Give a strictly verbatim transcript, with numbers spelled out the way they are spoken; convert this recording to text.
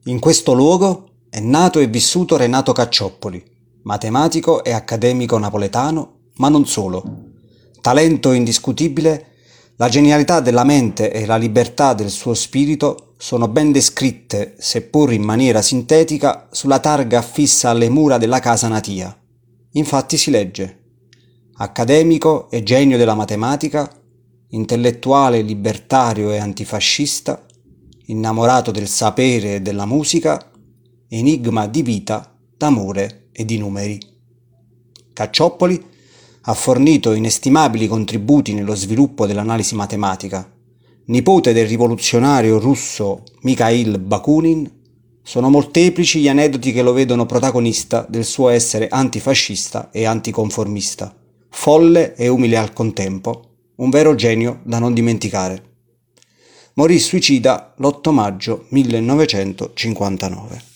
In questo luogo è nato e vissuto Renato Caccioppoli, matematico e accademico napoletano, ma non solo. Talento indiscutibile, la genialità della mente e la libertà del suo spirito sono ben descritte, seppur in maniera sintetica, sulla targa affissa alle mura della casa natia. Infatti si legge: accademico e genio della matematica, intellettuale libertario e antifascista, innamorato del sapere e della musica, enigma di vita, d'amore e di numeri. Caccioppoli ha fornito inestimabili contributi nello sviluppo dell'analisi matematica. Nipote del rivoluzionario russo Mikhail Bakunin, sono molteplici gli aneddoti che lo vedono protagonista del suo essere antifascista e anticonformista, folle e umile al contempo, un vero genio da non dimenticare. Morì suicida l'otto maggio millenovecentocinquantanove.